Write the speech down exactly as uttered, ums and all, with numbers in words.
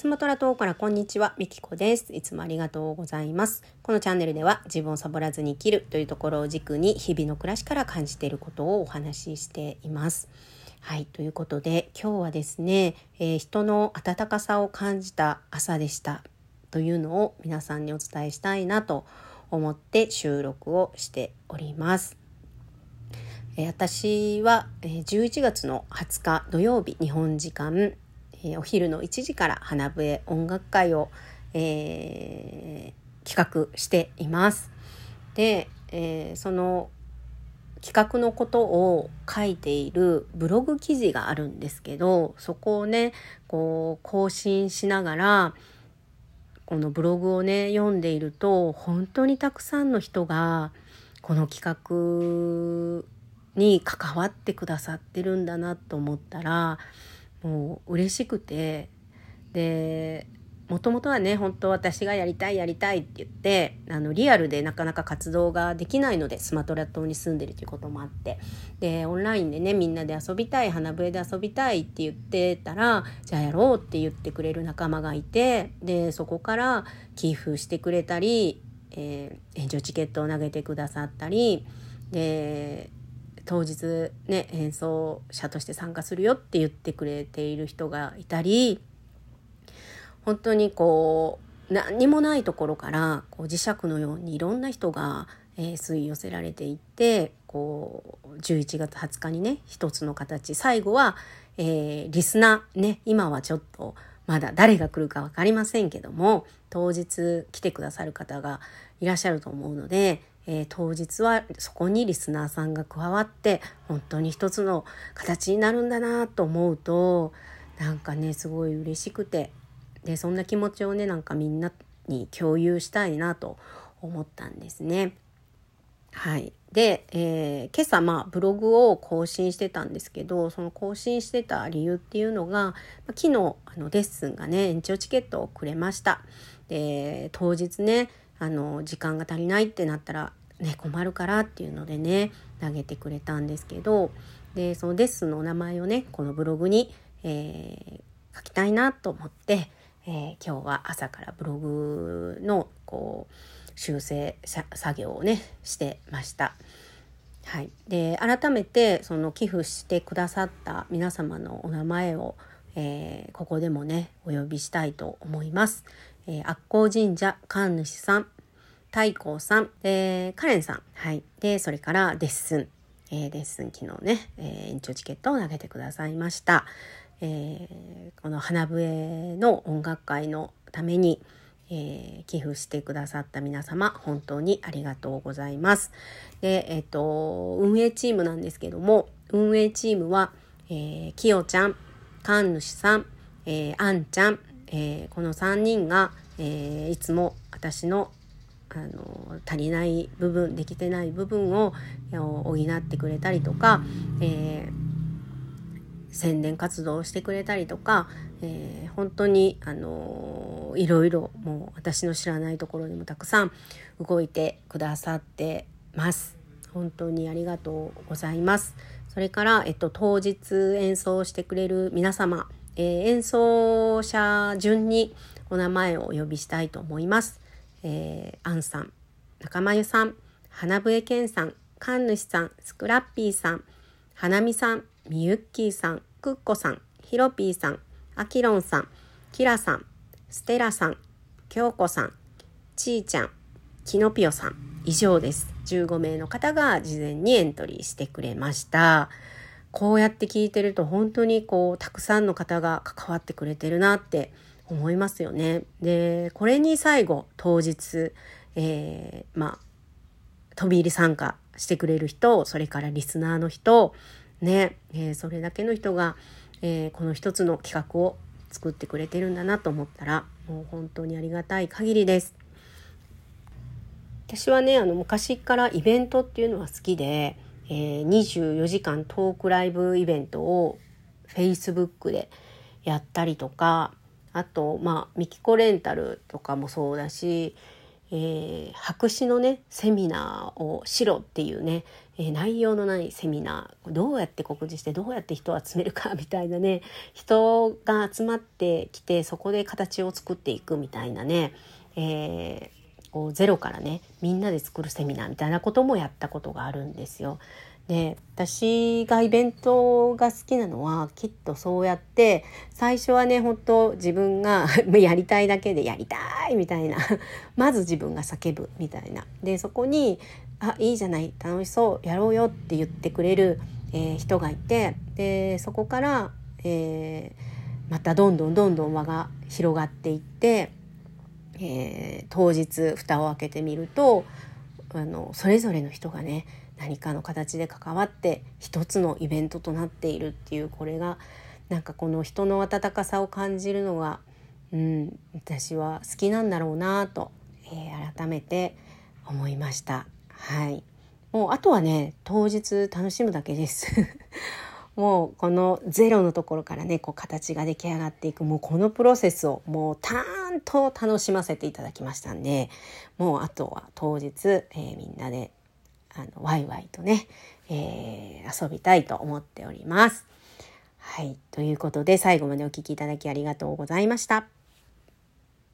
スマトラ島からこんにちは、みきこです。いつもありがとうございます。このチャンネルでは自分をサボらずに生きるというところを軸に日々の暮らしから感じていることをお話ししています。はい、ということで今日はですね、えー、人の温かさを感じた朝でしたというのを皆さんにお伝えしたいなと思って収録をしております。えー、私はじゅういちがつのはつか土曜日、日本時間お昼のいちじから花笛音楽会を、えー、企画しています。で、えー、その企画のことを書いているブログ記事があるんですけど、そこをねこう更新しながらこのブログをね読んでいると、本当にたくさんの人がこの企画に関わってくださってるんだなと思ったら、もう嬉しくて、でもともとはね本当私がやりたいやりたいって言ってあのリアルでなかなか活動ができないので、スマトラ島に住んでるということもあって、でオンラインでねみんなで遊びたい、花笛で遊びたいって言ってたら、じゃあやろうって言ってくれる仲間がいて、でそこから寄付してくれたり、えー、援助チケットを投げてくださったりで、当日ね演奏者として参加するよって言ってくれている人がいたり、本当にこう何にもないところからこう磁石のようにいろんな人が、えー、吸い寄せられていって、こうじゅういちがつはつかにね一つの形、最後は、えー、リスナーね、今はちょっとまだ誰が来るか分かりませんけども、当日来てくださる方がいらっしゃると思うので、えー、当日はそこにリスナーさんが加わって本当に一つの形になるんだなと思うと、なんかねすごい嬉しくて、でそんな気持ちをねなんかみんなに共有したいなと思ったんですね。はい。で、えー、今朝まあブログを更新してたんですけど、その更新してた理由っていうのが、まあ、昨日あのレッスンがね延長チケットをくれました。で当日ねあの時間が足りないってなったらね困るからっていうのでね投げてくれたんですけど、でそのレッスンのお名前をねこのブログに、えー、書きたいなと思って、えー、今日は朝からブログのこう修正作業をねしてました。はい、で改めてその寄付してくださった皆様のお名前を、えー、ここでもねお呼びしたいと思います。えー、悪光神社神主さん、太閤さん、えー、カレンさん、はい、でそれからデッスン、えー、デッスン昨日ね、えー、延長チケットを投げてくださいました。えー、この花笛の音楽会のために、えー、寄付してくださった皆様本当にありがとうございます。で、えっと、運営チームなんですけども、運営チームは、えー、きよちゃん、神主さん、えー、あんちゃん、えー、このさんにんが、えー、いつも私のあの足りない部分、できてない部分を補ってくれたりとか、えー宣伝活動をしてくれたりとか、えー、本当に、あのー、いろいろもう私の知らないところにもたくさん動いてくださってます。本当にありがとうございます。それから、えっと、当日演奏してくれる皆様、えー、演奏者順にお名前をお呼びしたいと思います。えー、アンさん、仲間由さん、花笛健さん、神主さん、スクラッピーさん、花見さん、みゆっきーさん、くっこさん、ひろぴーさん、あきろんさん、きらさん、ステラさん、きょうこさん、ちーちゃん、きのぴよさん、以上です。じゅうごめいの方が事前にエントリーしてくれました。こうやって聞いてると本当にこうたくさんの方が関わってくれてるなって思いますよね。で、これに最後当日、えー、まあ飛び入り参加してくれる人、それからリスナーの人ね、えー、それだけの人が、えー、この一つの企画を作ってくれてるんだなと思ったら、もう本当にありがたい限りです。私はねあの昔からイベントっていうのは好きで、えー、にじゅうよじかんトークライブイベントを Facebook でやったりとか、あとまあミキコレンタルとかもそうだし、 えー、白紙のねセミナーをしろっていうね、えー、内容のないセミナー、どうやって告示してどうやって人を集めるかみたいなね、人が集まってきてそこで形を作っていくみたいなね、えー、こうゼロからねみんなで作るセミナーみたいなこともやったことがあるんですよ。で、私がイベントが好きなのはきっとそうやって最初はね本当自分がやりたいだけでやりたいみたいなまず自分が叫ぶみたいな、でそこにあいいじゃない楽しそうやろうよって言ってくれる、えー、人がいて、でそこから、えー、またどんどんどんどん輪が広がっていって、えー、当日蓋を開けてみるとあのそれぞれの人がね何かの形で関わって一つのイベントとなっているっていう、これがなんかこの人の温かさを感じるのが、うん、私は好きなんだろうなと、えー、改めて思いました。はい、もうあとはね当日楽しむだけですもうこのゼロのところからねこう形が出来上がっていく、もうこのプロセスをもうたーんと楽しませていただきましたんで、もうあとは当日、えー、みんなであのワイワイとね、えー、遊びたいと思っております。はい、ということで最後までお聞きいただきありがとうございました。